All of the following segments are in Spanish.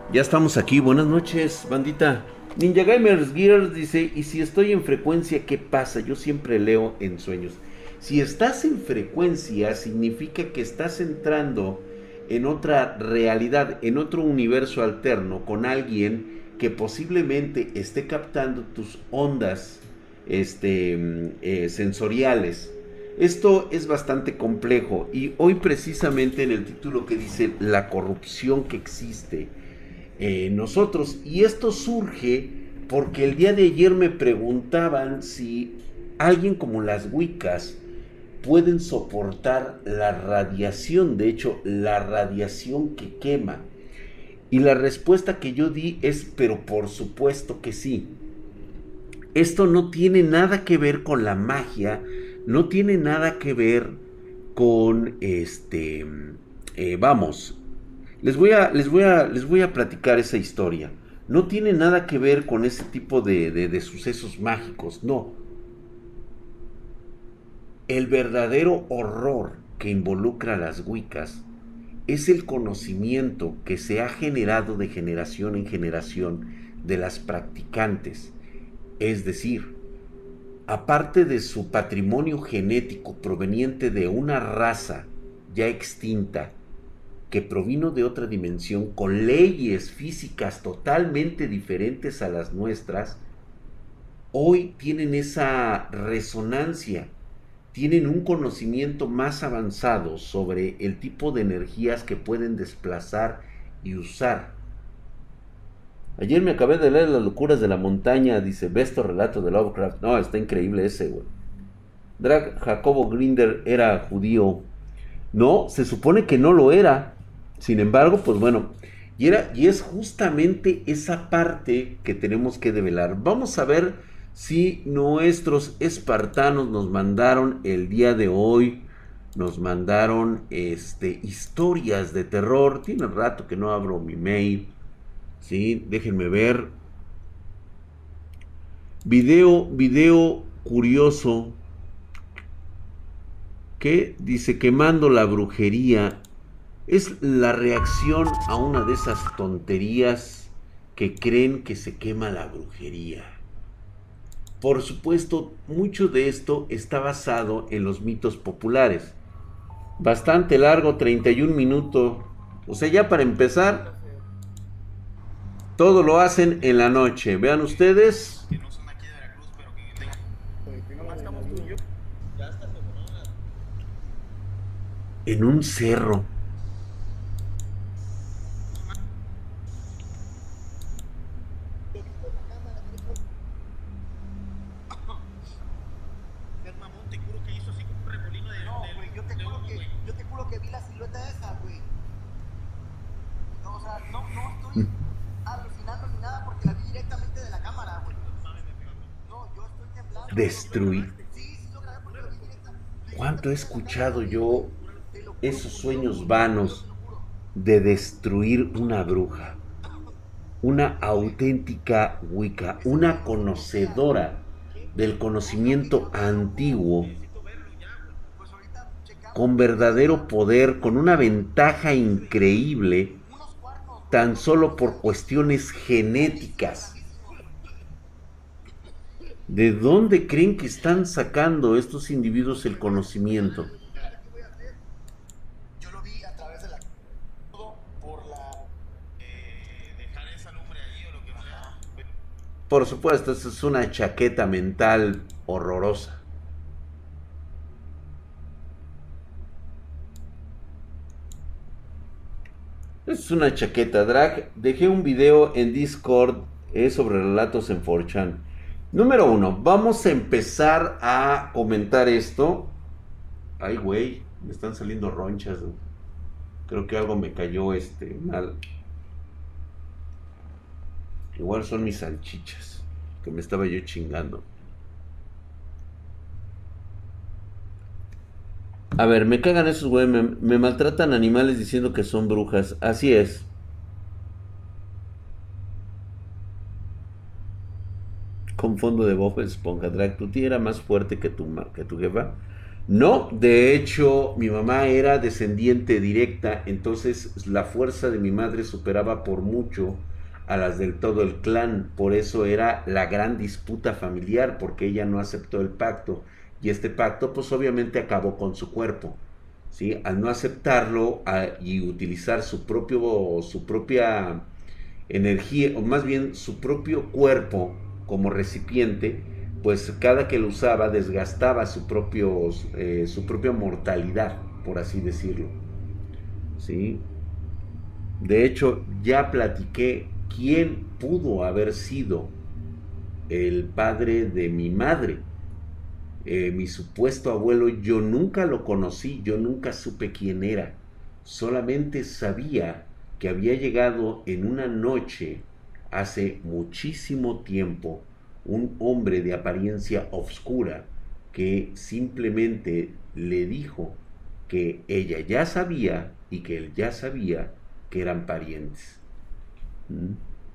Ya estamos aquí, buenas noches, bandita. Ninja Gamers Gears dice, y si estoy en frecuencia, ¿qué pasa? Yo siempre leo en sueños. Si estás en frecuencia, significa que estás entrando en otra realidad, en otro universo alterno, con alguien que posiblemente esté captando tus ondas sensoriales. Esto es bastante complejo y hoy precisamente en el título que dice la corrupción que existe nosotros. Y esto surge porque el día de ayer me preguntaban si alguien como las Wiccas pueden soportar la radiación, de hecho, la radiación que quema. Y la respuesta que yo di es, pero por supuesto que sí. Esto no tiene nada que ver con la magia, no tiene nada que ver con vamos, les voy a platicar esa historia. No tiene nada que ver con ese tipo de sucesos mágicos, no. El verdadero horror que involucra a las Wiccas es el conocimiento que se ha generado de generación en generación de las practicantes. Es decir, aparte de su patrimonio genético proveniente de una raza ya extinta, que provino de otra dimensión con leyes físicas totalmente diferentes a las nuestras, hoy tienen esa resonancia, tienen un conocimiento más avanzado sobre el tipo de energías que pueden desplazar y usar. Ayer me acabé de leer Las locuras de la montaña, dice Besto relato de Lovecraft. No, está increíble ese, güey. Drag Jacobo Grinder era judío. No, se supone que no lo era. Sin embargo, pues bueno, y es justamente esa parte que tenemos que develar. Vamos a ver si nuestros espartanos nos mandaron el día de hoy, nos mandaron historias de terror. Tiene rato que no abro mi mail. Sí, déjenme ver. Video curioso que dice quemando la brujería. Es la reacción a una de esas tonterías que creen que se quema la brujería. Por supuesto, mucho de esto está basado en los mitos populares. Bastante largo, 31 minutos. O sea, ya para empezar, todo lo hacen en la noche. Vean ustedes, en un cerro. Destruir. ¿Cuánto he escuchado yo esos sueños vanos de destruir una bruja? Una auténtica Wicca, una conocedora del conocimiento antiguo, con verdadero poder, con una ventaja increíble, tan solo por cuestiones genéticas. ¿De dónde creen que están sacando estos individuos el conocimiento? Por supuesto, esa es una chaqueta mental horrorosa. Es una chaqueta drag. Dejé un video en Discord sobre relatos en 4chan. Número uno, vamos a empezar a comentar esto. Ay, güey, me están saliendo ronchas. ¿No? Creo que algo me cayó mal. Igual son mis salchichas, que me estaba yo chingando. A ver, me cagan esos güey, me maltratan animales diciendo que son brujas. Así es. Con fondo de Bob Esponja. Drag, tu tía era más fuerte que tu jefa. No, de hecho, mi mamá era descendiente directa, entonces la fuerza de mi madre superaba por mucho a las del todo el clan, por eso era la gran disputa familiar, porque ella no aceptó el pacto, y este pacto pues obviamente acabó con su cuerpo, ¿sí? Al no aceptarlo y utilizar su propia energía, o más bien su propio cuerpo como recipiente, pues cada que lo usaba desgastaba su propia mortalidad, por así decirlo. ¿Sí? De hecho, ya platiqué quién pudo haber sido el padre de mi madre. Mi supuesto abuelo, yo nunca lo conocí, yo nunca supe quién era. Solamente sabía que había llegado en una noche, hace muchísimo tiempo, un hombre de apariencia oscura que simplemente le dijo que ella ya sabía y que él ya sabía que eran parientes. ¿Mm?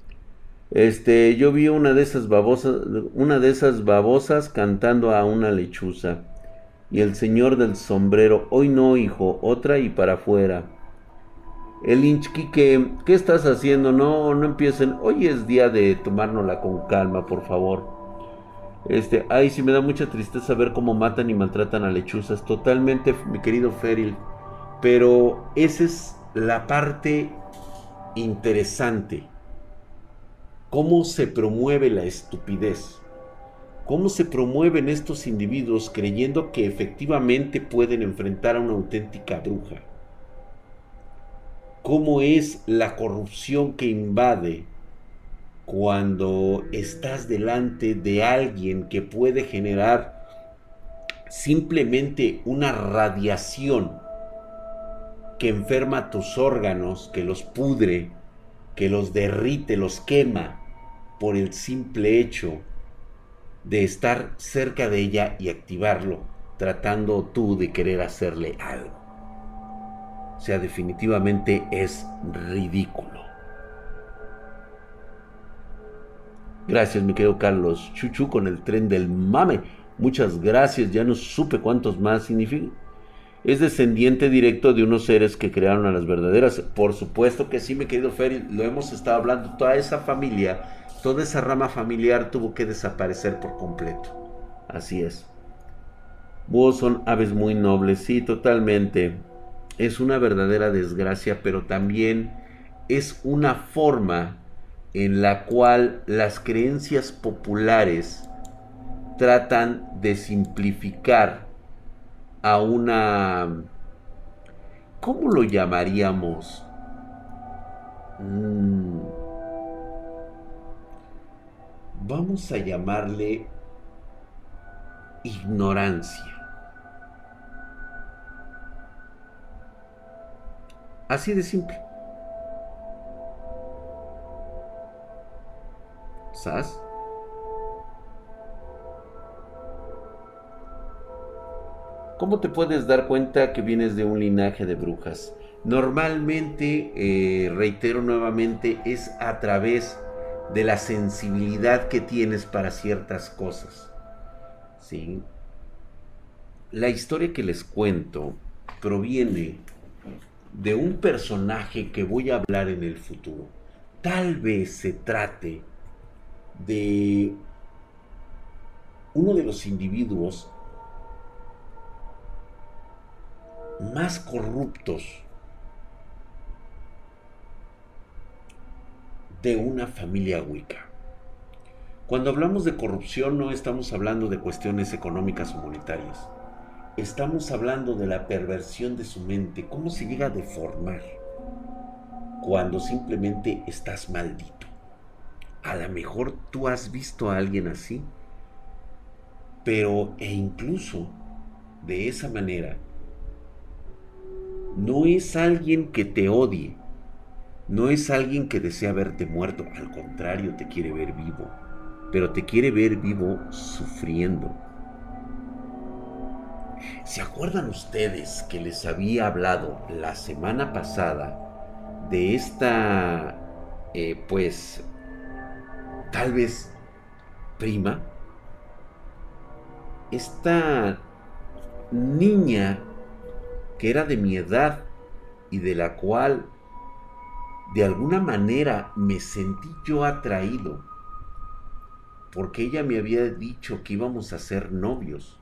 Yo vi una de esas babosas cantando a una lechuza. Y el señor del sombrero, hoy no, hijo, otra y para afuera. El Inchquique, ¿qué estás haciendo? No, no empiecen. Hoy es día de tomárnosla con calma, por favor. Ay, sí me da mucha tristeza ver cómo matan y maltratan a lechuzas. Totalmente, mi querido Feril. Pero esa es la parte interesante. ¿Cómo se promueve la estupidez? ¿Cómo se promueven estos individuos creyendo que efectivamente pueden enfrentar a una auténtica bruja? ¿Cómo es la corrupción que invade cuando estás delante de alguien que puede generar simplemente una radiación que enferma tus órganos, que los pudre, que los derrite, los quema por el simple hecho de estar cerca de ella y activarlo, tratando tú de querer hacerle algo? O sea, definitivamente es ridículo. Gracias, mi querido Carlos. Chuchu con el tren del mame. Muchas gracias. Ya no supe cuántos más significa. Es descendiente directo de unos seres que crearon a las verdaderas. Por supuesto que sí, mi querido Ferry. Lo hemos estado hablando. Toda esa familia, toda esa rama familiar tuvo que desaparecer por completo. Así es. Búhos son aves muy nobles. Sí, totalmente. Es una verdadera desgracia, pero también es una forma en la cual las creencias populares tratan de simplificar a una... ¿Cómo lo llamaríamos? Mm, vamos a llamarle ignorancia. Así de simple. ¿Sabes? ¿Cómo te puedes dar cuenta que vienes de un linaje de brujas? Normalmente, reitero nuevamente, es a través de la sensibilidad que tienes para ciertas cosas. ¿Sí? La historia que les cuento proviene de un personaje que voy a hablar en el futuro. Tal vez se trate de uno de los individuos más corruptos de una familia Wicca. Cuando hablamos de corrupción no estamos hablando de cuestiones económicas o monetarias. Estamos hablando de la perversión de su mente, cómo se llega a deformar cuando simplemente estás maldito. A lo mejor tú has visto a alguien así, pero incluso de esa manera no es alguien que te odie, no es alguien que desea verte muerto, al contrario, te quiere ver vivo, pero te quiere ver vivo sufriendo. ¿Se acuerdan ustedes que les había hablado la semana pasada de esta, pues, tal vez prima? Esta niña que era de mi edad y de la cual de alguna manera me sentí yo atraído porque ella me había dicho que íbamos a ser novios.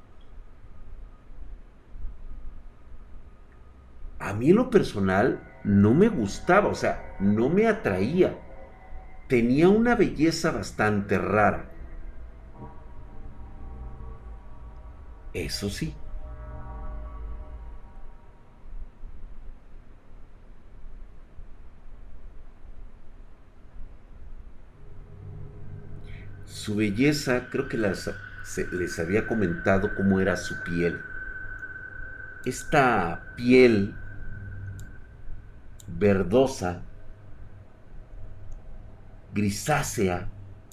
A mí en lo personal no me gustaba, o sea, no me atraía. Tenía una belleza bastante rara. Eso sí, su belleza, creo que les había comentado cómo era su piel. Esta piel verdosa, grisácea,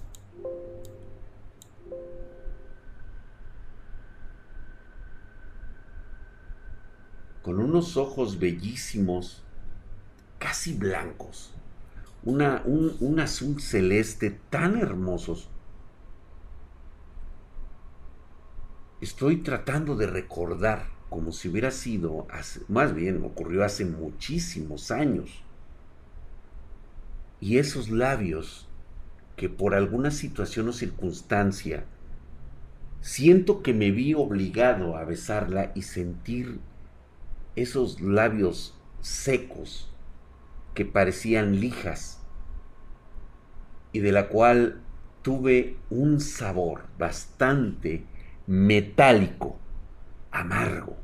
con unos ojos bellísimos, casi blancos, un azul celeste tan hermosos. Estoy tratando de recordar como si hubiera sido, más bien ocurrió hace muchísimos años. Y esos labios que por alguna situación o circunstancia siento que me vi obligado a besarla y sentir esos labios secos que parecían lijas y de la cual tuve un sabor bastante metálico, amargo.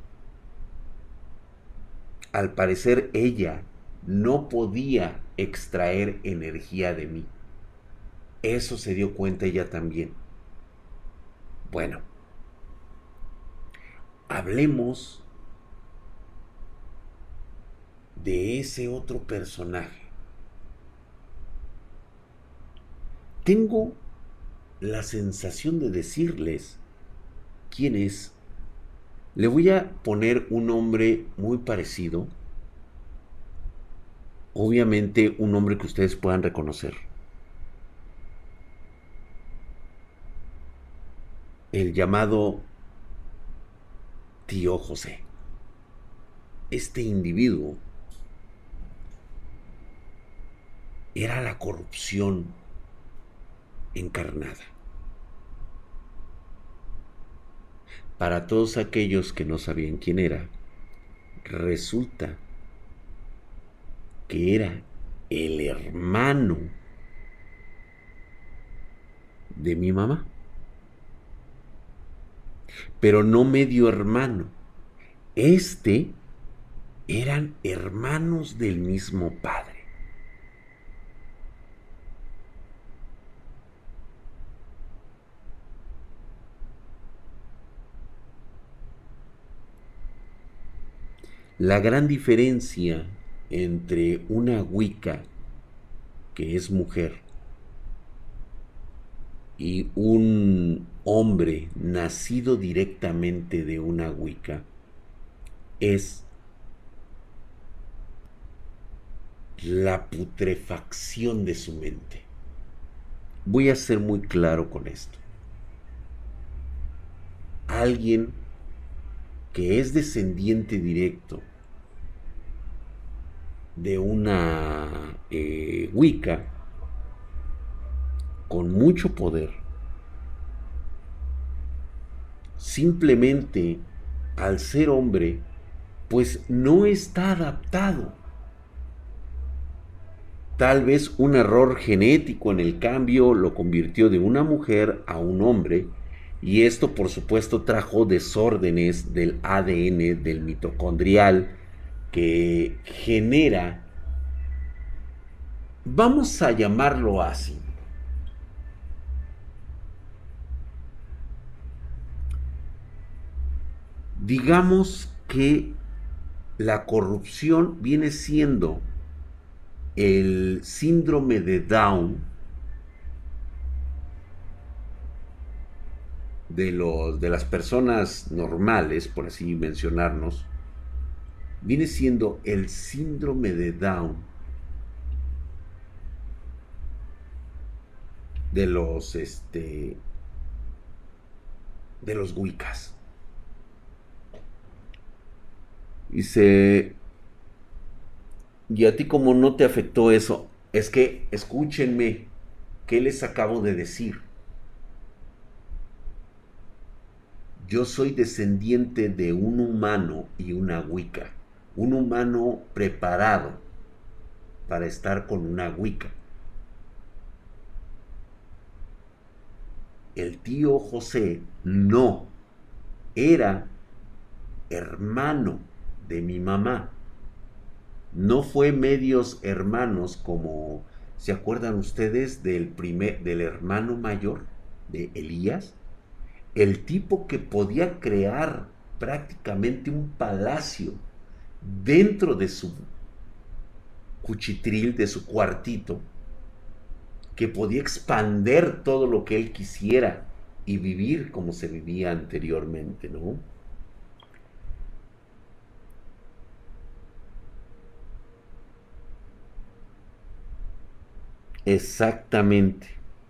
Al parecer ella no podía extraer energía de mí. Eso se dio cuenta ella también. Bueno, hablemos de ese otro personaje. Tengo la sensación de decirles quién es. Le voy a poner un nombre muy parecido. Obviamente un nombre que ustedes puedan reconocer. El llamado Tío José. Este individuo era la corrupción encarnada. Para todos aquellos que no sabían quién era, resulta que era el hermano de mi mamá, pero no medio hermano. Este eran hermanos del mismo padre. La gran diferencia entre una Wicca que es mujer y un hombre nacido directamente de una Wicca es la putrefacción de su mente. Voy a ser muy claro con esto. Alguien que es descendiente directo de una Wicca con mucho poder, simplemente al ser hombre, pues no está adaptado. Tal vez un error genético en el cambio lo convirtió de una mujer a un hombre y esto por supuesto trajo desórdenes del ADN, del mitocondrial, que genera, vamos a llamarlo así, digamos que la corrupción viene siendo el síndrome de Down de las personas normales, por así mencionarnos, viene siendo el síndrome de Down de los de los Wiccas. Dice, ¿y a ti cómo no te afectó eso? Es que, escúchenme, ¿qué les acabo de decir? Yo soy descendiente de un humano y una Wicca. Un humano preparado para estar con una Wicca. El tío José no era hermano de mi mamá. No fue medios hermanos como, ¿se acuerdan ustedes del hermano mayor de Elías? El tipo que podía crear prácticamente un palacio dentro de su cuchitril, de su cuartito, que podía expander todo lo que él quisiera y vivir como se vivía anteriormente, ¿no? Exactamente.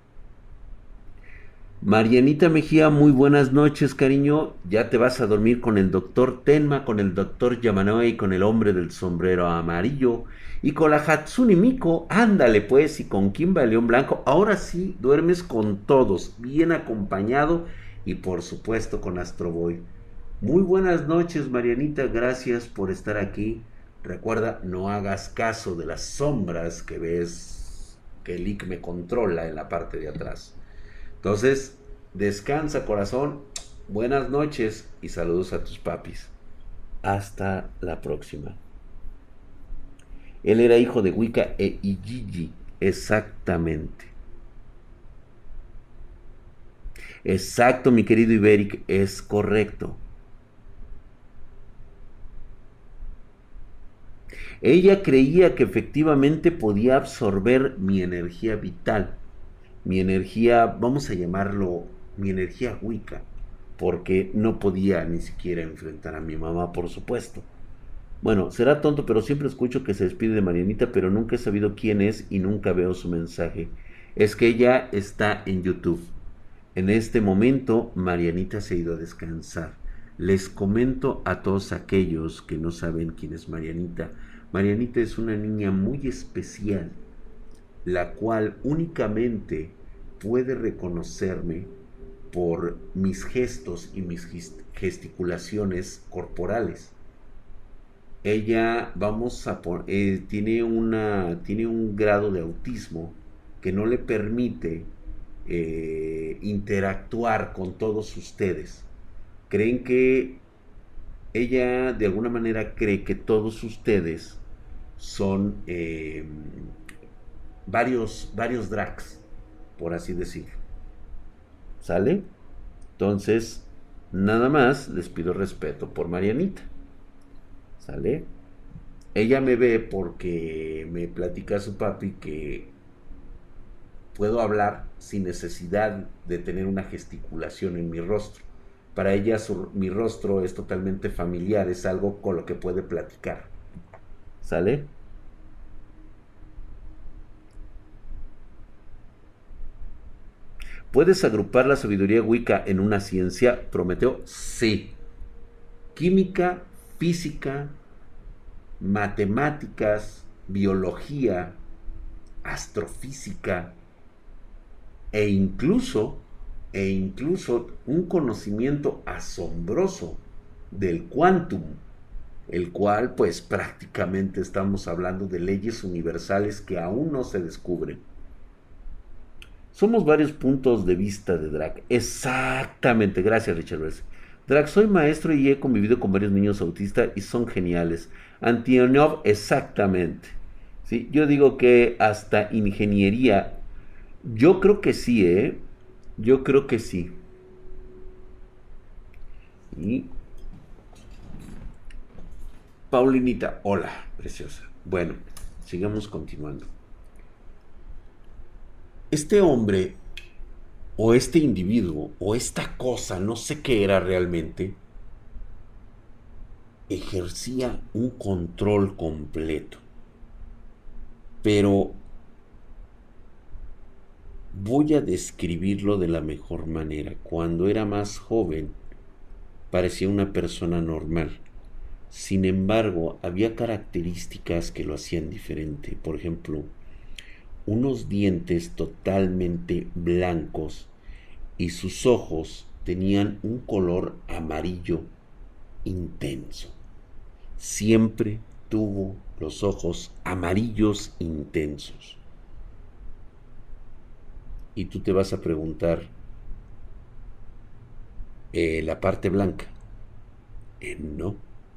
Marianita Mejía, muy buenas noches, cariño. Ya te vas a dormir con el doctor Tenma, con el doctor Yamanoe y con el hombre del sombrero amarillo. Y con la Hatsune Miku, ándale pues, y con Kimba León Blanco. Ahora sí, duermes con todos, bien acompañado y por supuesto con Astro Boy. Muy buenas noches, Marianita, gracias por estar aquí. Recuerda, no hagas caso de las sombras que ves que el Ick me controla en la parte de atrás. Entonces, descansa corazón, buenas noches y saludos a tus papis. Hasta la próxima. Él era hijo de Wicca e Igigi, exactamente. Exacto, mi querido Iberic, es correcto. Ella creía que efectivamente podía absorber mi energía vital, mi energía, vamos a llamarlo, mi energía Wicca, porque no podía ni siquiera enfrentar a mi mamá, por supuesto. Bueno, será tonto, pero siempre escucho que se despide de Marianita, pero nunca he sabido quién es y nunca veo su mensaje. Es que ella está en YouTube. En este momento, Marianita se ha ido a descansar. Les comento a todos aquellos que no saben quién es Marianita. Marianita es una niña muy especial, la cual únicamente puede reconocerme por mis gestos y mis gesticulaciones corporales. Ella, tiene un grado de autismo que no le permite interactuar con todos ustedes. Creen que ella de alguna manera cree que todos ustedes son varios drags, por así decirlo. ¿Sale? Entonces, nada más les pido respeto por Marianita. ¿Sale? Ella me ve porque me platica su papi que puedo hablar sin necesidad de tener una gesticulación en mi rostro. Para ella mi rostro es totalmente familiar, es algo con lo que puede platicar. ¿Sale? ¿Puedes agrupar la sabiduría Wicca en una ciencia, Prometeo? Sí. Química, física, matemáticas, biología, astrofísica e e incluso un conocimiento asombroso del quantum, el cual pues prácticamente estamos hablando de leyes universales que aún no se descubren. Somos varios puntos de vista de Drac. Exactamente, gracias Richard West. Drac, soy maestro y he convivido con varios niños autistas y son geniales. Antionov, exactamente. ¿Sí? Yo digo que hasta ingeniería, yo creo que sí, ¿eh? Yo creo que sí. Y Paulinita, hola, preciosa. Bueno, sigamos continuando. Este hombre, o este individuo, o esta cosa, no sé qué era realmente, ejercía un control completo. Pero voy a describirlo de la mejor manera. Cuando era más joven, parecía una persona normal. Sin embargo, había características que lo hacían diferente. Por ejemplo, unos dientes totalmente blancos y sus ojos tenían un color amarillo intenso. Siempre tuvo los ojos amarillos intensos. Y tú te vas a preguntar, la parte blanca. No.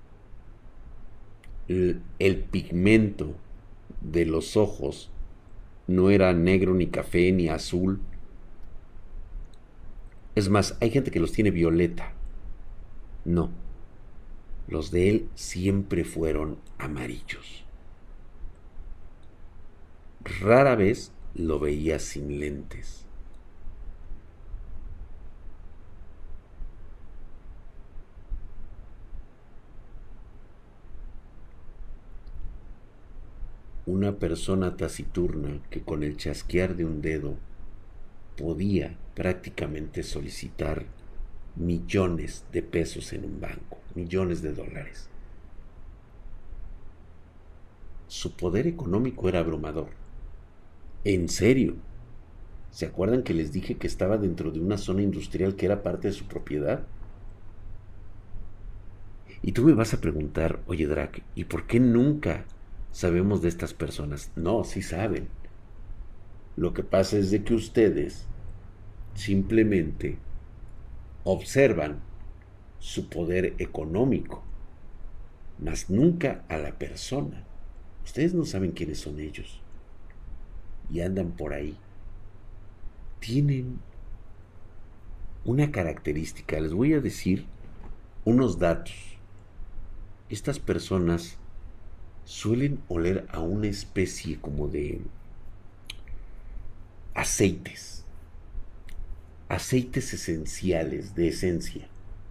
El pigmento de los ojos no era negro, ni café, ni azul. Es más, hay gente que los tiene violeta. No. Los de él siempre fueron amarillos. Rara vez lo veía sin lentes. Una persona taciturna que con el chasquear de un dedo podía prácticamente solicitar millones de pesos en un banco, millones de dólares. Su poder económico era abrumador. En serio. ¿Se acuerdan que les dije que estaba dentro de una zona industrial que era parte de su propiedad? Y tú me vas a preguntar, oye Drac, ¿y por qué nunca sabemos de estas personas? No, sí saben. Lo que pasa es de que ustedes simplemente observan su poder económico, mas nunca a la persona. Ustedes no saben quiénes son ellos y andan por ahí. Tienen una característica, les voy a decir unos datos. Estas personas suelen oler a una especie como de aceites, aceites esenciales, de esencia.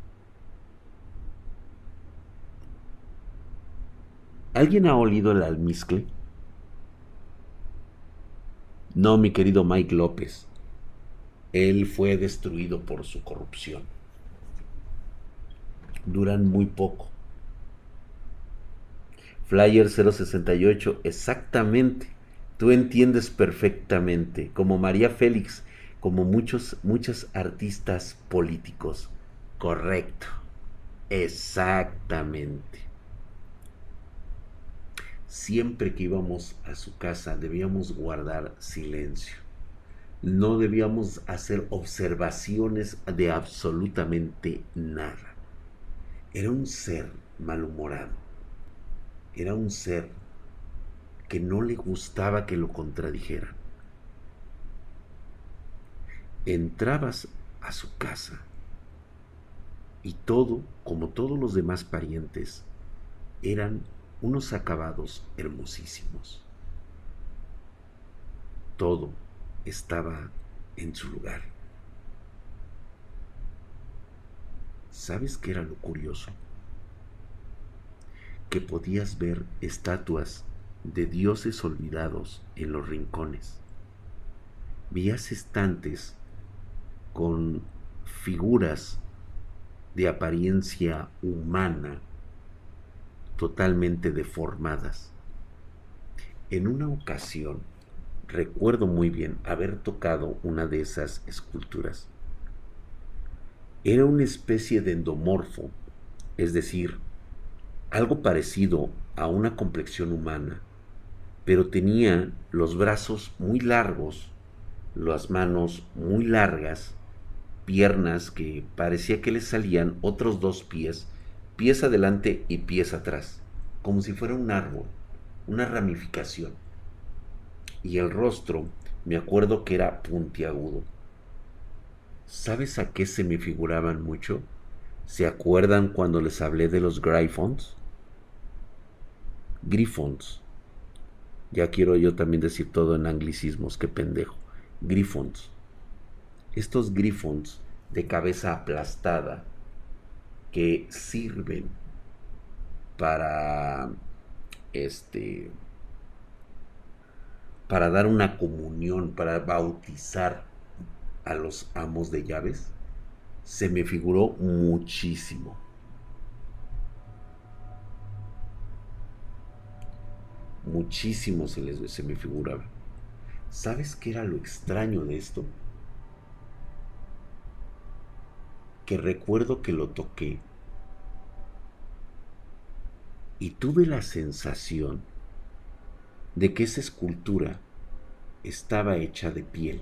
¿Alguien ha olido el almizcle? No, mi querido Mike López. Él fue destruido por su corrupción. Duran muy poco. Flyer 068, exactamente. Tú entiendes perfectamente, como María Félix, como muchos artistas políticos. Correcto. Exactamente. Siempre que íbamos a su casa debíamos guardar silencio. No debíamos hacer observaciones de absolutamente nada. Era un ser malhumorado. Era un ser que no le gustaba que lo contradijeran. Entrabas a su casa y todo, como todos los demás parientes, eran unos acabados hermosísimos. Todo estaba en su lugar. ¿Sabes qué era lo curioso? Que podías ver estatuas de dioses olvidados en los rincones. Veías estantes con figuras de apariencia humana totalmente deformadas. En una ocasión, recuerdo muy bien haber tocado una de esas esculturas. Era una especie de endomorfo, es decir, algo parecido a una complexión humana, pero tenía los brazos muy largos, las manos muy largas, piernas que parecía que le salían otros dos pies, pies adelante y pies atrás, como si fuera un árbol, una ramificación. Y el rostro, me acuerdo que era puntiagudo. ¿Sabes a qué se me figuraban mucho? ¿Se acuerdan cuando les hablé de los Gryphons? Griffons. Ya quiero yo también decir todo en anglicismos, qué pendejo. Griffons. Estos Griffons de cabeza aplastada que sirven para para dar una comunión, para bautizar a los amos de llaves, se me figuró muchísimo. muchísimo se me figuraba. ¿Sabes qué era lo extraño de esto? Que recuerdo que lo toqué y tuve la sensación de que esa escultura estaba hecha de piel.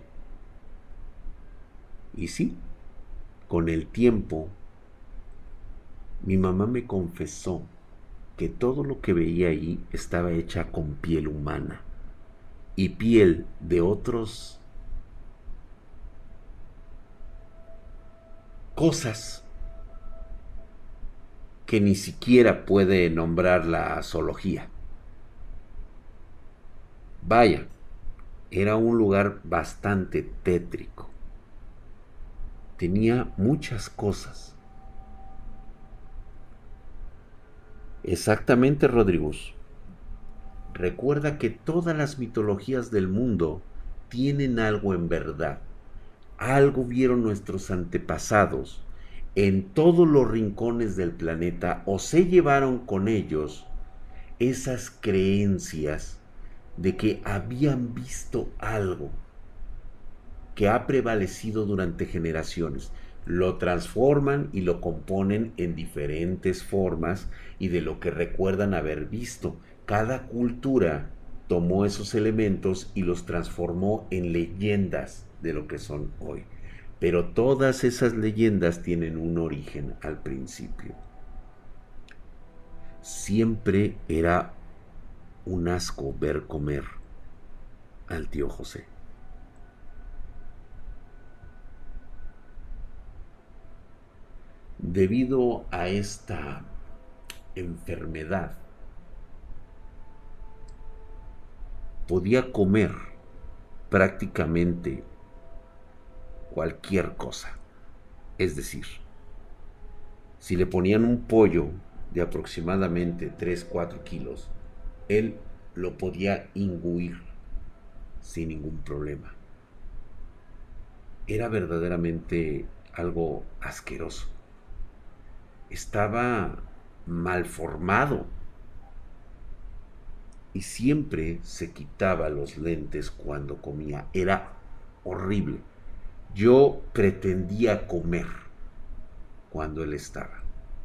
Y sí, con el tiempo, mi mamá me confesó que todo lo que veía ahí estaba hecha con piel humana y piel de otros cosas que ni siquiera puede nombrar la zoología. Vaya, era un lugar bastante tétrico. Tenía muchas cosas. Exactamente, Rodrigo. Recuerda que todas las mitologías del mundo tienen algo en verdad. Algo vieron nuestros antepasados en todos los rincones del planeta o se llevaron con ellos esas creencias de que habían visto algo que ha prevalecido durante generaciones. Lo transforman y lo componen en diferentes formas y de lo que recuerdan haber visto. Cada cultura tomó esos elementos y los transformó en leyendas de lo que son hoy. Pero todas esas leyendas tienen un origen al principio. Siempre era un asco ver comer al tío José. Debido a esta enfermedad, podía comer prácticamente cualquier cosa. Es decir, si le ponían un pollo de aproximadamente 3 o 4 kilos, él lo podía ingüir sin ningún problema. Era verdaderamente algo asqueroso. Estaba mal formado y siempre se quitaba los lentes cuando comía. Era horrible. Yo pretendía comer cuando él estaba.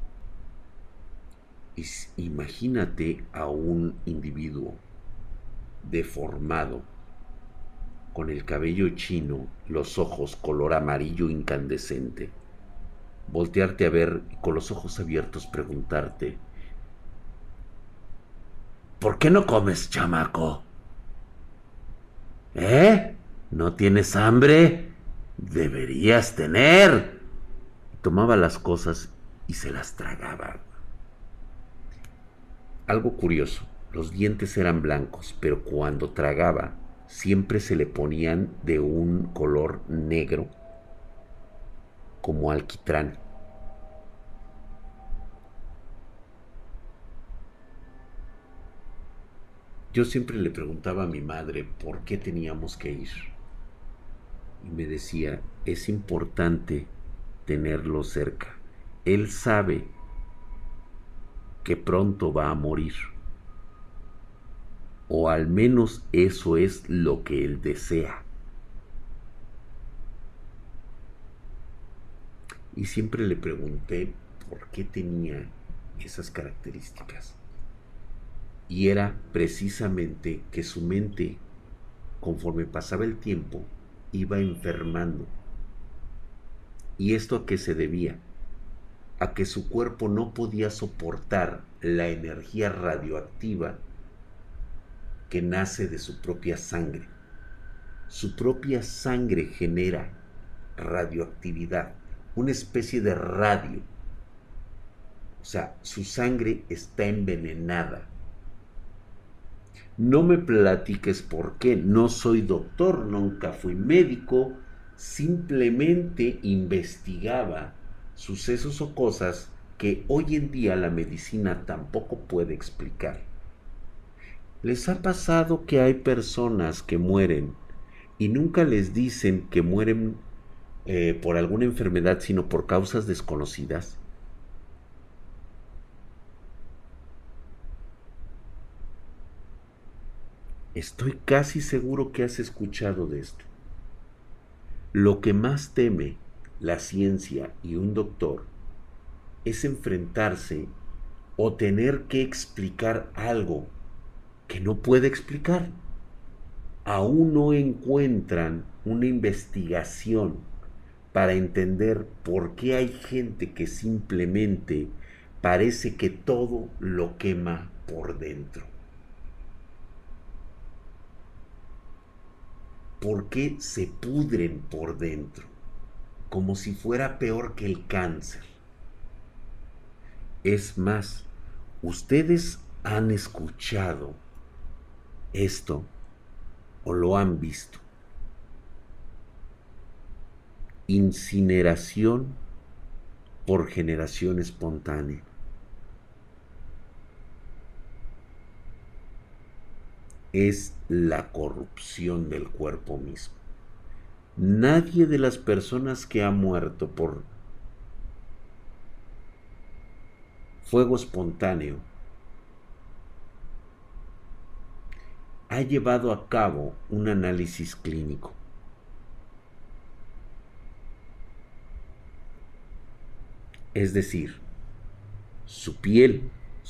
Y imagínate a un individuo deformado, con el cabello chino, los ojos color amarillo incandescente, voltearte a ver y con los ojos abiertos preguntarte: ¿por qué no comes, chamaco? ¿Eh? ¿No tienes hambre? Deberías tener. Tomaba las cosas y se las tragaba. Algo curioso, los dientes eran blancos, pero cuando tragaba siempre se le ponían de un color negro como alquitrán. Yo siempre le preguntaba a mi madre por qué teníamos que ir. Y me decía, es importante tenerlo cerca. Él sabe que pronto va a morir. O al menos eso es lo que él desea. Y siempre le pregunté por qué tenía esas características. Y era precisamente que su mente, conforme pasaba el tiempo, iba enfermando. ¿Y esto a qué se debía? A que su cuerpo no podía soportar la energía radioactiva que nace de su propia sangre. Su propia sangre genera radioactividad, una especie de radio. O sea, su sangre está envenenada. No me platiques por qué, no soy doctor, nunca fui médico, simplemente investigaba sucesos o cosas que hoy en día la medicina tampoco puede explicar. ¿Les ha pasado que hay personas que mueren y nunca les dicen que mueren por alguna enfermedad, sino por causas desconocidas? Estoy casi seguro que has escuchado de esto. Lo que más teme la ciencia y un doctor es enfrentarse o tener que explicar algo que no puede explicar. Aún no encuentran una investigación para entender por qué hay gente que simplemente parece que todo lo quema por dentro. ¿Por qué se pudren por dentro? Como si fuera peor que el cáncer. Es más, ustedes han escuchado esto o lo han visto. Incineración por generación espontánea. Es la corrupción del cuerpo mismo. Nadie de las personas que ha muerto por fuego espontáneo ha llevado a cabo un análisis clínico. Es decir, su piel,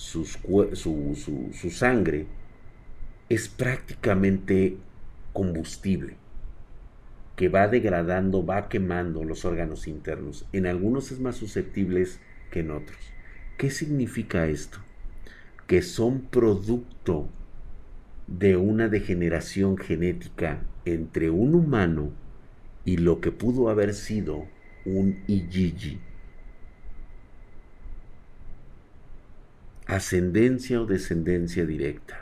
su sangre es prácticamente combustible que va degradando, va quemando los órganos internos. En algunos es más susceptibles que en otros. ¿Qué significa esto? Que son producto de una degeneración genética entre un humano y lo que pudo haber sido un Igigi. Ascendencia o descendencia directa.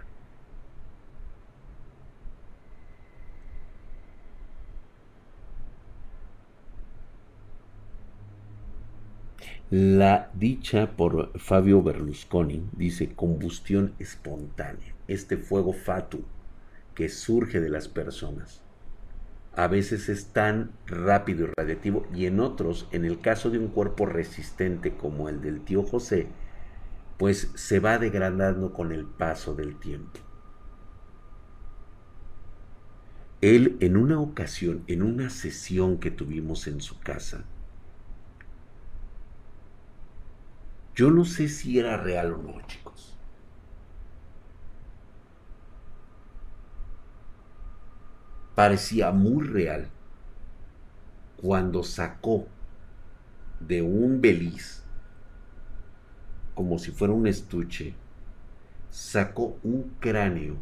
La dicha por Fabio Berlusconi dice combustión espontánea, este fuego fatuo que surge de las personas. A veces es tan rápido y radiactivo y en otros, en el caso de un cuerpo resistente como el del tío José, pues se va degradando con el paso del tiempo. Él en una ocasión, en una sesión que tuvimos en su casa, yo no sé si era real o no, chicos. Parecía muy real cuando sacó de un beliz, como si fuera un estuche, sacó un cráneo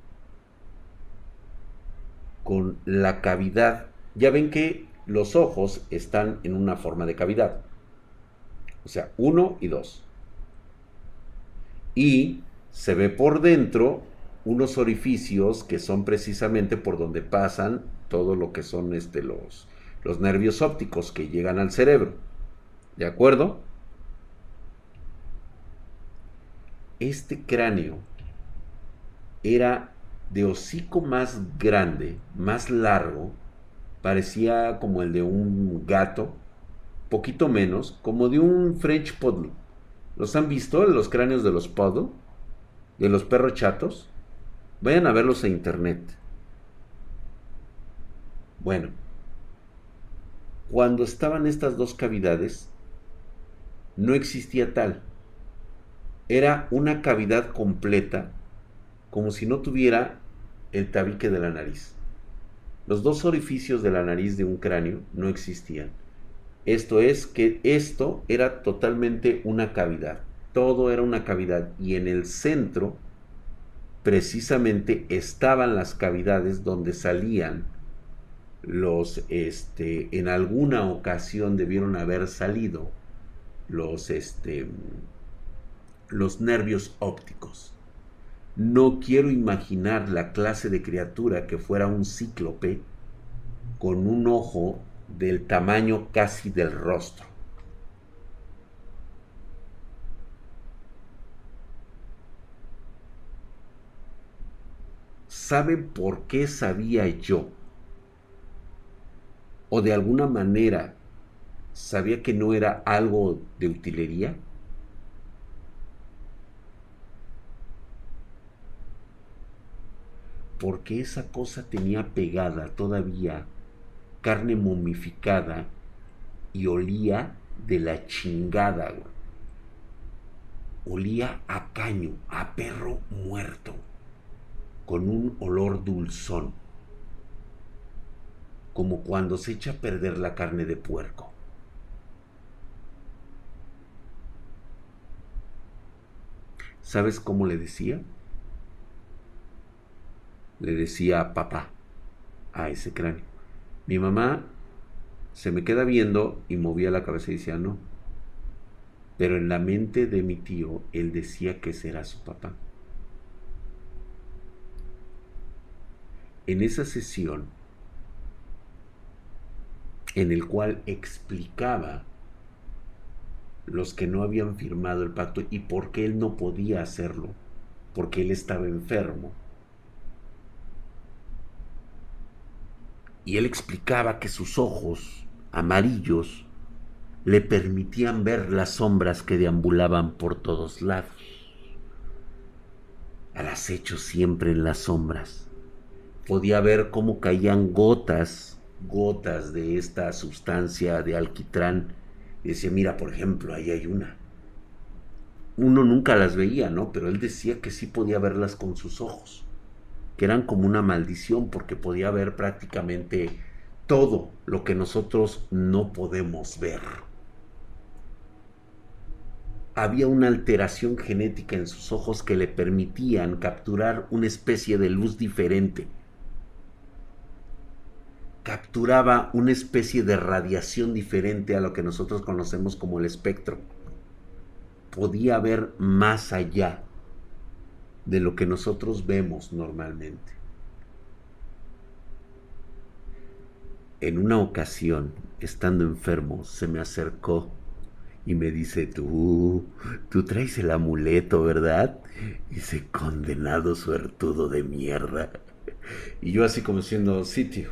con la cavidad. Ya ven que los ojos están en una forma de cavidad. O sea, 1 y 2. Y se ve por dentro unos orificios que son precisamente por donde pasan todo lo que son los nervios ópticos que llegan al cerebro. ¿De acuerdo? Este cráneo era de hocico más grande, más largo, parecía como el de un gato, poquito menos, como de un French Poodle. ¿Los han visto? Los cráneos de los Poodle, de los perros chatos. Vayan a verlos en internet. Bueno, cuando estaban estas dos cavidades, no existía tal. Era una cavidad completa, como si no tuviera el tabique de la nariz. Los dos orificios de la nariz de un cráneo no existían. Esto es que esto era totalmente una cavidad. Todo era una cavidad y en el centro precisamente estaban las cavidades donde salían en alguna ocasión debieron haber salido los, los nervios ópticos. No quiero imaginar la clase de criatura que fuera un cíclope con un ojo del tamaño casi del rostro. ¿Saben por qué sabía yo? O de alguna manera sabía que no era algo de utilería. porque esa cosa tenía pegada todavía carne momificada y olía de la chingada, güey. Olía a caño, a perro muerto, con un olor dulzón, como cuando se echa a perder la carne de puerco. ¿Sabes cómo le decía? Le decía papá a ese cráneo. Mi mamá se me queda viendo y movía la cabeza y decía no. Pero en la mente de mi tío, él decía que ese era su papá. En esa sesión, en el cual explicaba los que no habían firmado el pacto y por qué él no podía hacerlo, porque él estaba enfermo. Y él explicaba que sus ojos amarillos le permitían ver las sombras que deambulaban por todos lados, al acecho siempre en las sombras. Podía ver cómo caían gotas de esta sustancia de alquitrán. Y decía, mira, por ejemplo, ahí hay una. Uno nunca las veía, ¿no? Pero él decía que sí podía verlas con sus ojos, que eran como una maldición, porque podía ver prácticamente todo lo que nosotros no podemos ver. Había una alteración genética en sus ojos que le permitían capturar una especie de luz diferente. Capturaba una especie de radiación diferente a lo que nosotros conocemos como el espectro. Podía ver más allá de lo que nosotros vemos normalmente. En una ocasión, estando enfermo, se me acercó y me dice, tú traes el amuleto, ¿verdad? Ese condenado suertudo de mierda. Y yo así como diciendo, sí, tío.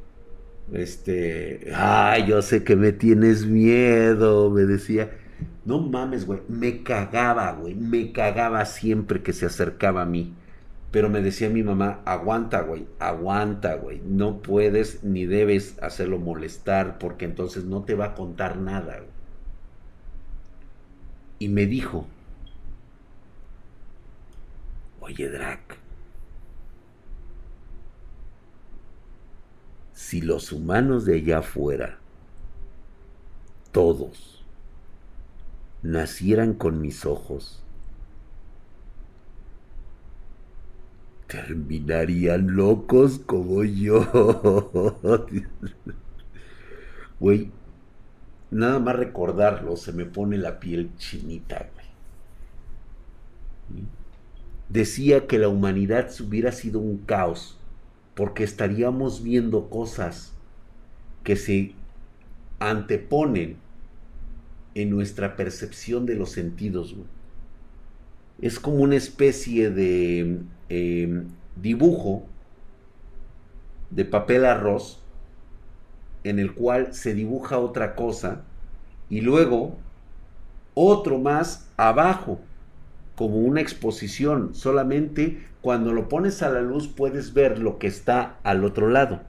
Yo sé que me tienes miedo, me decía. No mames, güey, me cagaba siempre que se acercaba a mí. Pero me decía mi mamá, aguanta, güey, no puedes ni debes hacerlo molestar porque entonces no te va a contar nada, güey. Y me dijo, oye, Drac, si los humanos de allá afuera, todos, nacieran con mis ojos, terminarían locos como yo. Güey, nada más recordarlo se me pone la piel chinita, güey. Decía que la humanidad hubiera sido un caos porque estaríamos viendo cosas que se anteponen en nuestra percepción de los sentidos, güey. Es como una especie de dibujo de papel arroz en el cual se dibuja otra cosa y luego otro más abajo como una exposición. Solamente cuando lo pones a la luz puedes ver lo que está al otro lado.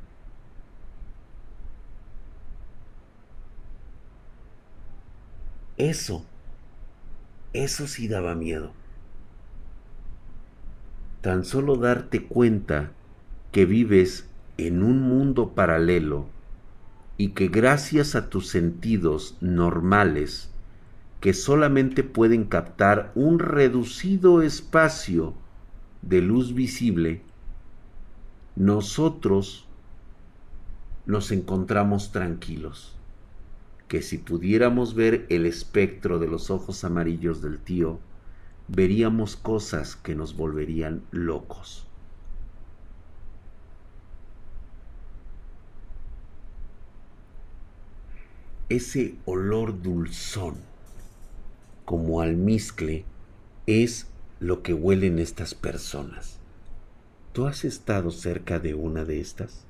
Eso, eso sí daba miedo. Tan solo darte cuenta que vives en un mundo paralelo y que gracias a tus sentidos normales, que solamente pueden captar un reducido espacio de luz visible, nosotros nos encontramos tranquilos. Que si pudiéramos ver el espectro de los ojos amarillos del tío, veríamos cosas que nos volverían locos. Ese olor dulzón, como almizcle, es lo que huelen estas personas. ¿Tú has estado cerca de una de estas?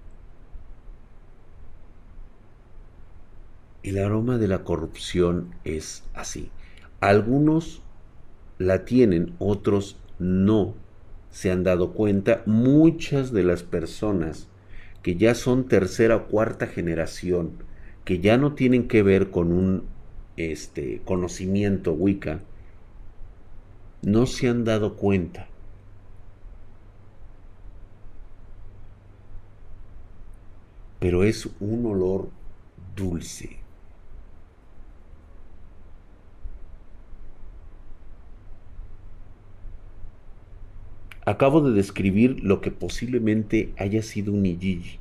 El aroma de la corrupción es así. Algunos la tienen, otros no, se han dado cuenta, muchas de las personas que ya son tercera o cuarta generación, que ya no tienen que ver con un conocimiento Wicca, no se han dado cuenta. Pero es un olor dulce. Acabo de describir lo que posiblemente haya sido un Ijiji.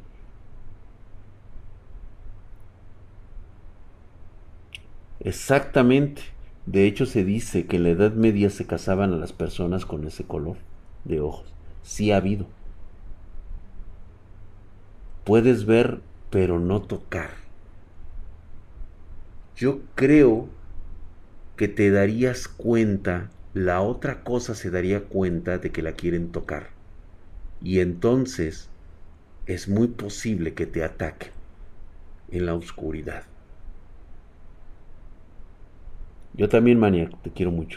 Exactamente. De hecho, se dice que en la Edad Media se casaban a las personas con ese color de ojos. Sí ha habido. Puedes ver, pero no tocar. Yo creo que te darías cuenta, la otra cosa se daría cuenta de que la quieren tocar. Y entonces es muy posible que te ataquen en la oscuridad. Yo también, Maniac, te quiero mucho.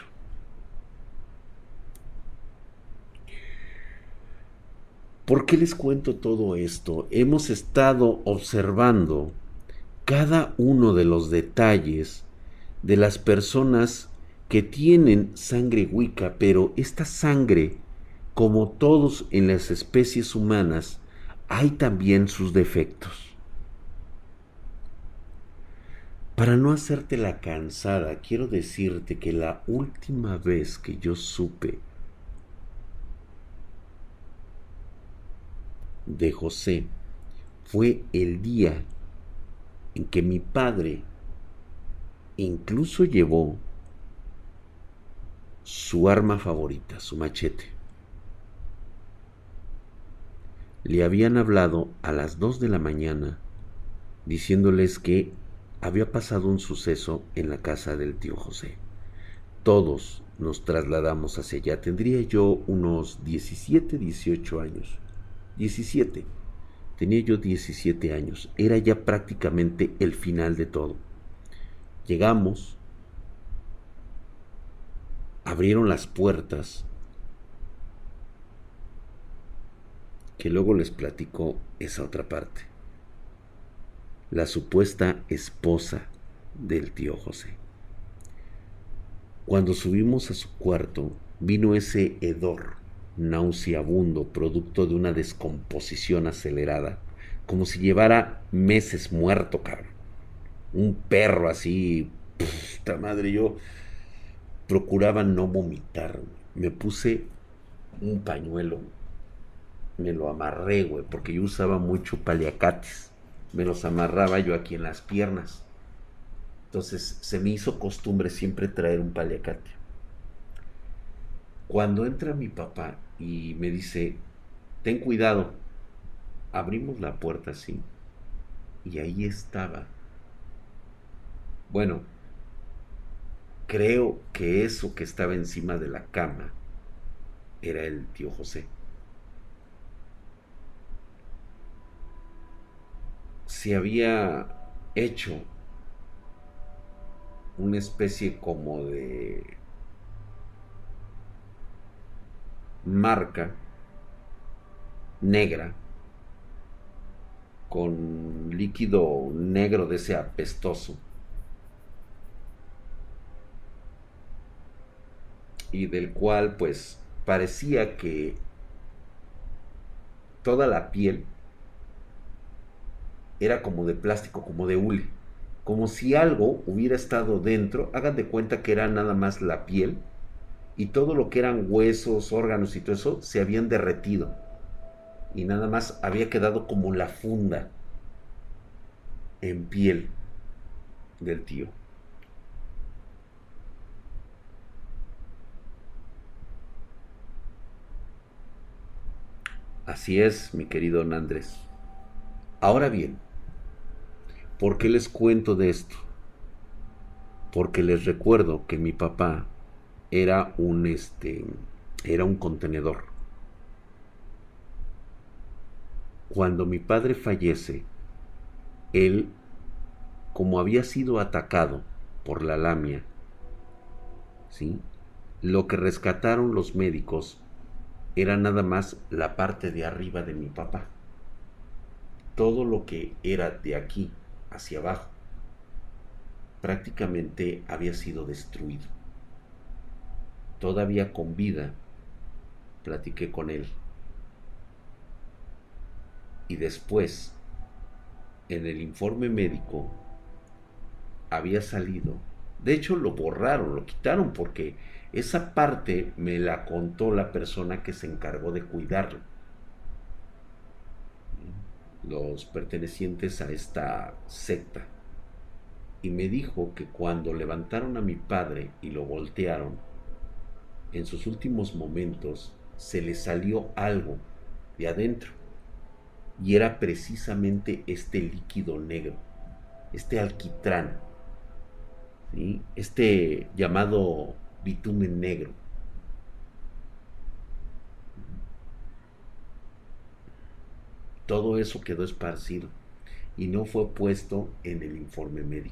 ¿Por qué les cuento todo esto? Hemos estado observando cada uno de los detalles de las personas que tienen sangre Wicca, pero esta sangre, como todos en las especies humanas, hay también sus defectos. Para no hacerte la cansada, quiero decirte que la última vez que yo supe de José fue el día en que mi padre incluso llevó su arma favorita, su machete. Le habían hablado a las 2 de la mañana diciéndoles que había pasado un suceso en la casa del tío José. Todos nos trasladamos hacia allá. Tendría yo unos 17, 18 años. 17. Tenía yo 17 años. Era ya prácticamente el final de todo. Llegamos, abrieron las puertas, que luego les platico esa otra parte. La supuesta esposa del tío José. Cuando subimos a su cuarto, vino ese hedor nauseabundo, producto de una descomposición acelerada, como si llevara meses muerto, cabrón. Un perro así, puta madre, yo procuraba no vomitar. Me puse un pañuelo, me lo amarré, güey, porque yo usaba mucho paliacates. Me los amarraba yo aquí en las piernas. Entonces se me hizo costumbre siempre traer un paliacate. Cuando entra mi papá y me dice, ten cuidado, abrimos la puerta así y ahí estaba. Bueno, creo que eso que estaba encima de la cama era el tío José. Se había hecho una especie como de marca negra con líquido negro de ese apestoso y del cual pues parecía que toda la piel era como de plástico, como de hule, como si algo hubiera estado dentro. Hagan de cuenta que era nada más la piel y todo lo que eran huesos, órganos y todo eso se habían derretido y nada más había quedado como la funda en piel del tío. Así es, mi querido Andrés. Ahora bien, ¿por qué les cuento de esto? Porque les recuerdo que mi papá era era un contenedor. Cuando mi padre fallece, él, como había sido atacado por la lamia, ¿sí? Lo que rescataron los médicos era nada más la parte de arriba de mi papá. Todo lo que era de aquí hacia abajo prácticamente había sido destruido. Todavía con vida platiqué con él y después en el informe médico había salido. De hecho lo borraron, lo quitaron porque esa parte me la contó la persona que se encargó de cuidarlo, los pertenecientes a esta secta. Y me dijo que cuando levantaron a mi padre y lo voltearon, en sus últimos momentos se le salió algo de adentro. Y era precisamente este líquido negro, este alquitrán, ¿sí? Este llamado bitumen negro. Todo eso quedó esparcido y no fue puesto en el informe médico.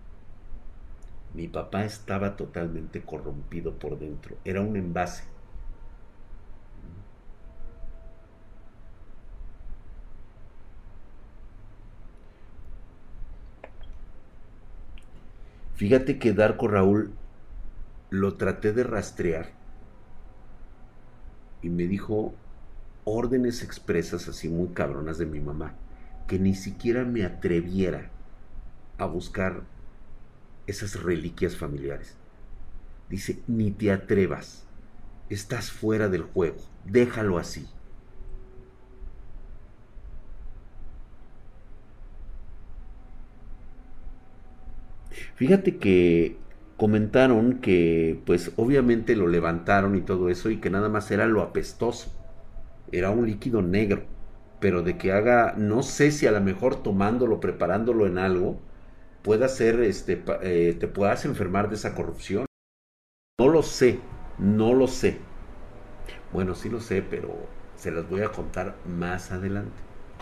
Mi papá estaba totalmente corrompido por dentro, era un envase. Fíjate que Darko Raúl lo traté de rastrear y me dijo órdenes expresas así muy cabronas de mi mamá, que ni siquiera me atreviera a buscar esas reliquias familiares. Dice, ni te atrevas, estás fuera del juego, déjalo así. Fíjate que comentaron que pues obviamente lo levantaron y todo eso y que nada más era lo apestoso, era un líquido negro, pero de que haga, no sé si a lo mejor tomándolo, preparándolo en algo, pueda ser, te puedas enfermar de esa corrupción. No lo sé, no lo sé. Bueno, sí lo sé, pero se las voy a contar más adelante.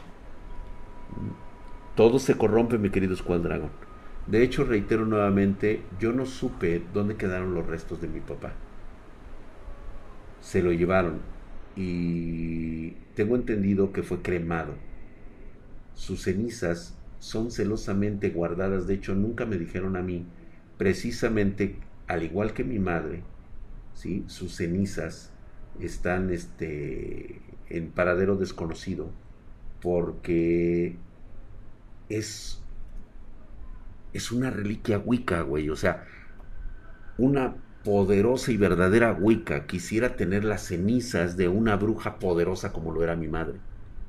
Todo se corrompe, mi querido Squad Dragon. De hecho, reitero nuevamente, yo no supe dónde quedaron los restos de mi papá. Se lo llevaron y tengo entendido que fue cremado. Sus cenizas son celosamente guardadas, de hecho nunca me dijeron a mí, precisamente al igual que mi madre, ¿sí? Sus cenizas están en paradero desconocido porque es, es una reliquia wicca, güey, o sea, una poderosa y verdadera wicca quisiera tener las cenizas de una bruja poderosa como lo era mi madre.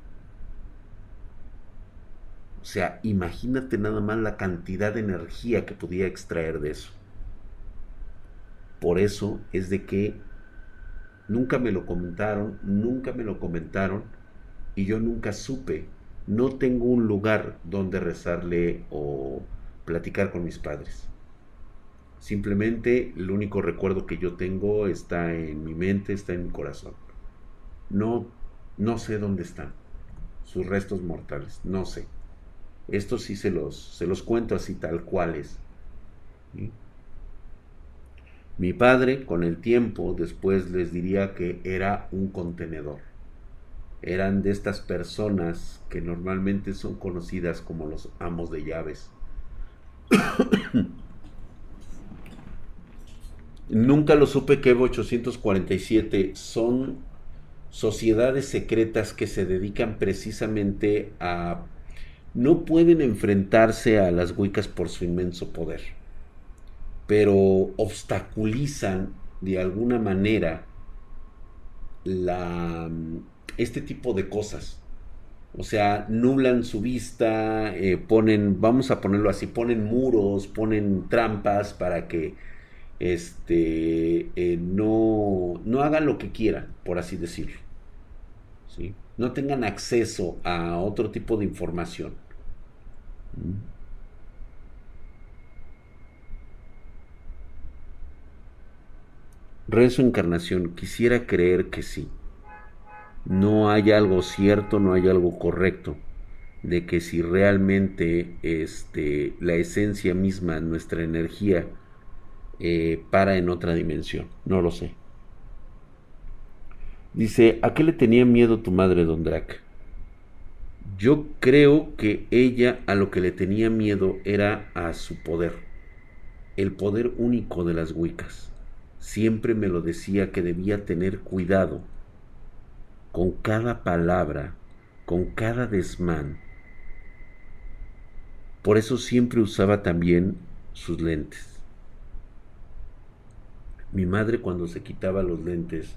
O sea, imagínate nada más la cantidad de energía que podía extraer de eso. Por eso es de que nunca me lo comentaron, nunca me lo comentaron y yo nunca supe. No tengo un lugar donde rezarle o platicar con mis padres. Simplemente el único recuerdo que yo tengo está en mi mente, está en mi corazón. No, no sé dónde están sus restos mortales, no sé. Esto sí se los cuento así tal cual es. ¿Sí? Mi padre, con el tiempo, después les diría que era un contenedor. Eran de estas personas que normalmente son conocidas como los amos de llaves. Nunca lo supe que Evo 847 son sociedades secretas que se dedican precisamente a... No pueden enfrentarse a las Wiccas por su inmenso poder, pero obstaculizan de alguna manera la, este tipo de cosas. O sea, nublan su vista, ponen, vamos a ponerlo así, ponen muros, ponen trampas para que no hagan lo que quieran, por así decirlo. ¿Sí? No tengan acceso a otro tipo de información. Renzo Encarnación, quisiera creer que sí. No hay algo cierto, no hay algo correcto de que si realmente la esencia misma, nuestra energía, para en otra dimensión. No lo sé. Dice, ¿a qué le tenía miedo tu madre, Don Drac? Yo creo que ella a lo que le tenía miedo era a su poder, el poder único de las Wiccas. Siempre me lo decía que debía tener cuidado con cada palabra, con cada desmán. Por eso siempre usaba también sus lentes. Mi madre cuando se quitaba los lentes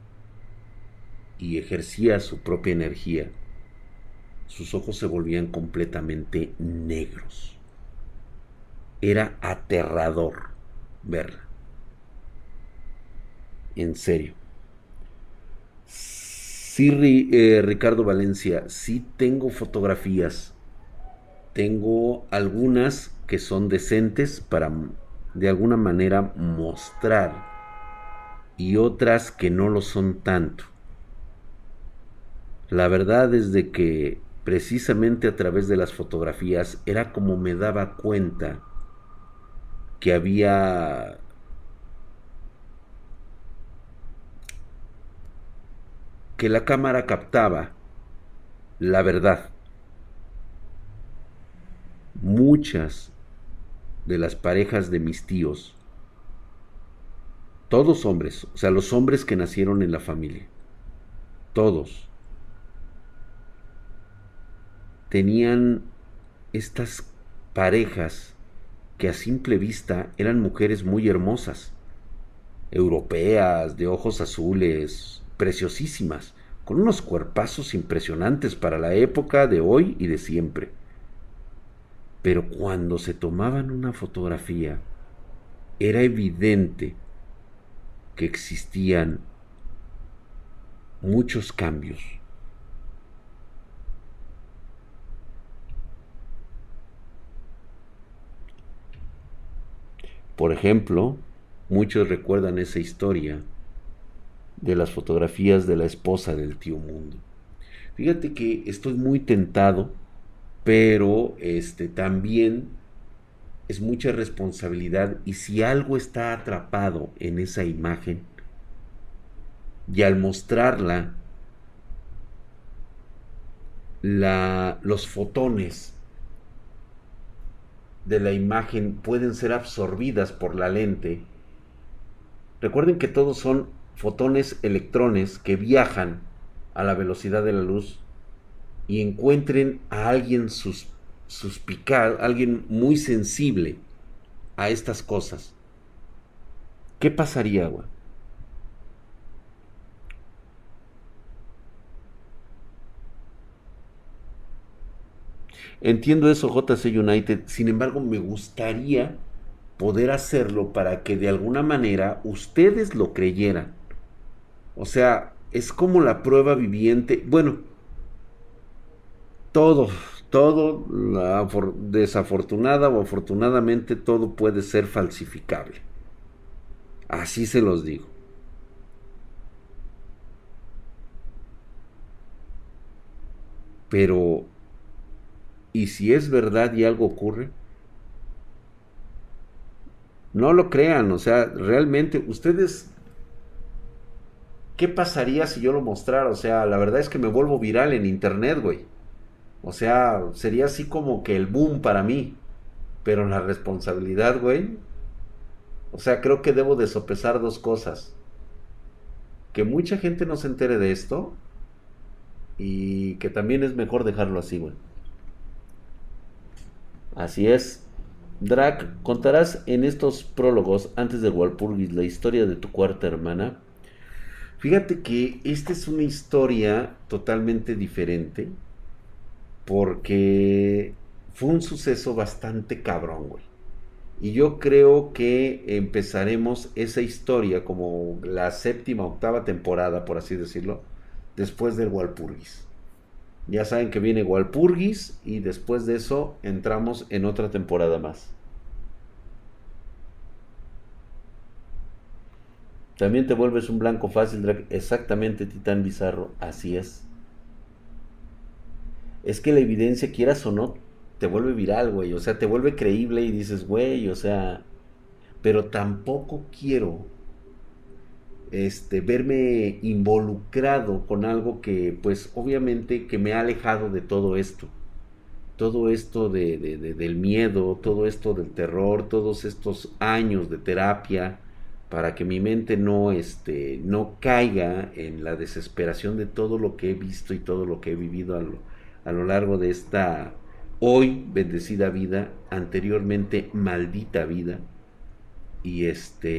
y ejercía su propia energía, sus ojos se volvían completamente negros. Era aterrador verla. En serio. Sí, Ricardo Valencia, sí tengo fotografías. Tengo algunas que son decentes para de alguna manera mostrar y otras que no lo son tanto. La verdad es de que precisamente a través de las fotografías era como me daba cuenta que había que la cámara captaba la verdad. Muchas de las parejas de mis tíos, todos hombres, o sea, los hombres que nacieron en la familia, todos tenían estas parejas que a simple vista eran mujeres muy hermosas, europeas, de ojos azules, preciosísimas, con unos cuerpazos impresionantes para la época de hoy y de siempre. Pero cuando se tomaban una fotografía, era evidente que existían muchos cambios. Por ejemplo, muchos recuerdan esa historia de las fotografías de la esposa del tío Mundo. Fíjate que estoy muy tentado, pero también es mucha responsabilidad y si algo está atrapado en esa imagen y al mostrarla los fotones de la imagen pueden ser absorbidas por la lente. Recuerden que todos son fotones electrones que viajan a la velocidad de la luz y encuentren a alguien suspicaz, alguien muy sensible a estas cosas. ¿Qué pasaría, güey? Entiendo eso, JC United. Sin embargo, me gustaría poder hacerlo para que de alguna manera ustedes lo creyeran. O sea, es como la prueba viviente. Bueno, todo, todo, desafortunada o afortunadamente, todo puede ser falsificable. Así se los digo. Pero, ¿y si es verdad y algo ocurre? No lo crean, o sea, realmente ustedes, ¿qué pasaría si yo lo mostrara? O sea, la verdad es que me vuelvo viral en internet, güey. O sea, sería así como que el boom para mí. Pero la responsabilidad, güey. O sea, creo que debo de sopesar dos cosas. Que mucha gente no se entere de esto. Y que también es mejor dejarlo así, güey. Así es. Drac, contarás en estos prólogos antes del Walpurgis la historia de tu cuarta hermana. Fíjate que esta es una historia totalmente diferente. Porque fue un suceso bastante cabrón, güey. Y yo creo que empezaremos esa historia como la séptima, octava temporada, por así decirlo, después del Walpurgis. Ya saben que viene Walpurgis y después de eso entramos en otra temporada más. También te vuelves un blanco fácil, Drake. Exactamente, Titán Bizarro. Así es. Es que la evidencia, quieras o no, te vuelve viral, güey. O sea, te vuelve creíble y dices, güey, o sea, pero tampoco quiero verme involucrado con algo que pues obviamente que me ha alejado de todo esto del miedo, todo esto del terror, todos estos años de terapia para que mi mente no caiga en la desesperación de todo lo que he visto y todo lo que he vivido a lo largo de esta hoy bendecida vida, anteriormente maldita vida. Y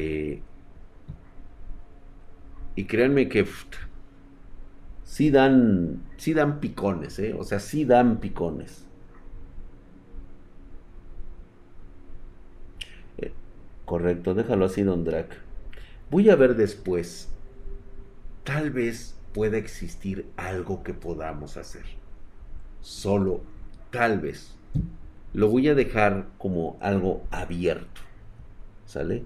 y créanme que sí dan picones, o sea, sí dan picones. Eh, Correcto, déjalo así, Don Drac. Voy a ver después. Tal vez pueda existir algo que podamos hacer. Solo tal vez. Lo voy a dejar como algo abierto. ¿Sale?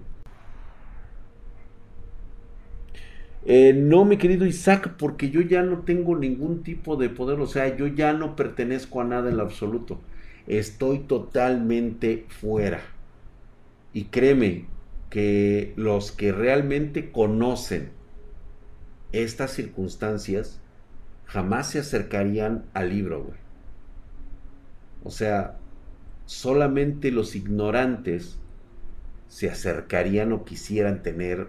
No, mi querido Isaac, porque yo ya no tengo ningún tipo de poder. O sea, yo ya no pertenezco a nada en lo absoluto. Estoy totalmente fuera. Y créeme que los que realmente conocen estas circunstancias jamás se acercarían al libro, güey. O sea, solamente los ignorantes se acercarían o quisieran tener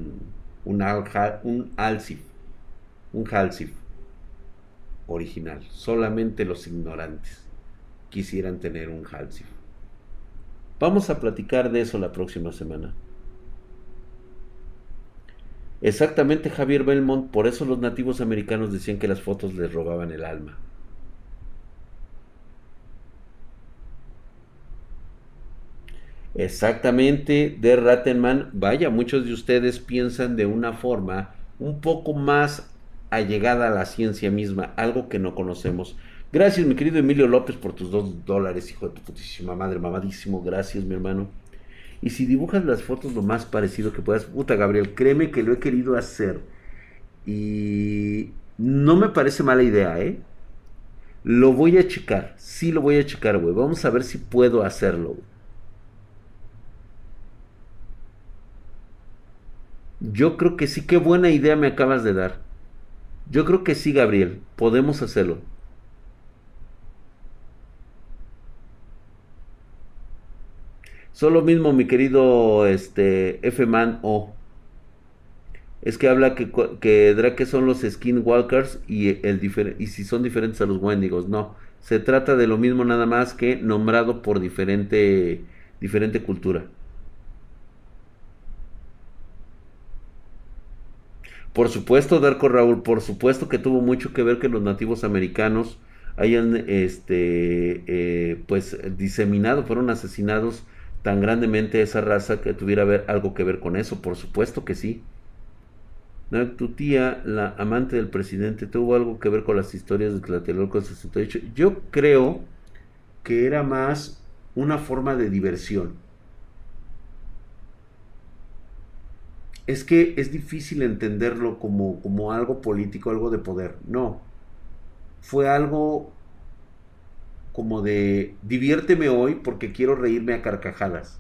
un Alcif, un Halsif original. Solamente los ignorantes quisieran tener un Halsif. Vamos a platicar de eso la próxima semana. Exactamente, Javier Belmont, por eso los nativos americanos decían que las fotos les robaban el alma. Exactamente, de Rattenman. Vaya, muchos de ustedes piensan de una forma un poco más allegada a la ciencia misma, algo que no conocemos. Gracias, mi querido Emilio López, por tus $2, hijo de tu putísima madre, mamadísimo. Gracias, mi hermano. Y si dibujas las fotos lo más parecido que puedas, puta Gabriel, créeme que lo he querido hacer. Y no me parece mala idea, ¿eh? Lo voy a checar, sí lo voy a checar, güey. Vamos a ver si puedo hacerlo, güey. Yo creo que sí, qué buena idea me acabas de dar. Yo creo que sí, Gabriel, podemos hacerlo. Solo mismo, mi querido F-Man O. Es que habla que Drake son los Skinwalkers y si son diferentes a los Wendigos. No, se trata de lo mismo nada más que nombrado por diferente cultura. Por supuesto, Darko Raúl, por supuesto que tuvo mucho que ver que los nativos americanos hayan, pues, diseminado, fueron asesinados tan grandemente esa raza que tuviera algo que ver con eso. Por supuesto que sí. ¿No? Tu tía, la amante del presidente, tuvo algo que ver con las historias de Tlatelolco 68. Yo creo que era más una forma de diversión. Es que es difícil entenderlo como algo político, algo de poder. No, fue algo como de diviérteme hoy porque quiero reírme a carcajadas.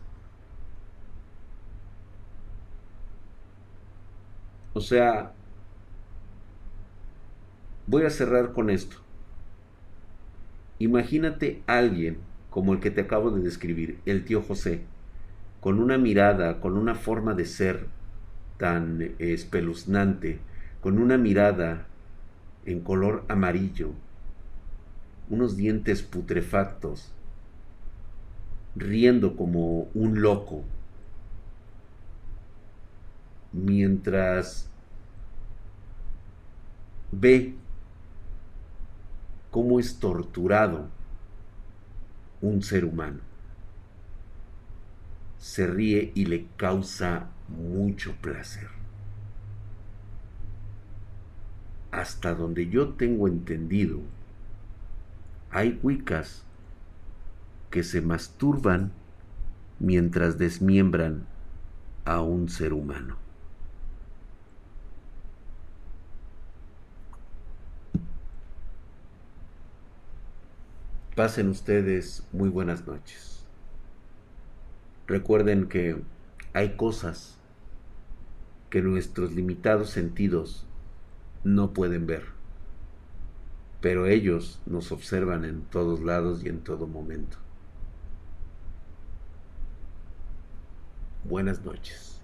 O sea, voy a cerrar con esto. Imagínate a alguien como el que te acabo de describir, el tío José, con una mirada, con una forma de ser tan espeluznante, con una mirada en color amarillo, unos dientes putrefactos, riendo como un loco, mientras ve cómo es torturado un ser humano. Se ríe y le causa mucho placer. Hasta donde yo tengo entendido, hay wiccas que se masturban mientras desmiembran a un ser humano. Pasen ustedes muy buenas noches. Recuerden que hay cosas que nuestros limitados sentidos no pueden ver, pero ellos nos observan en todos lados y en todo momento. Buenas noches.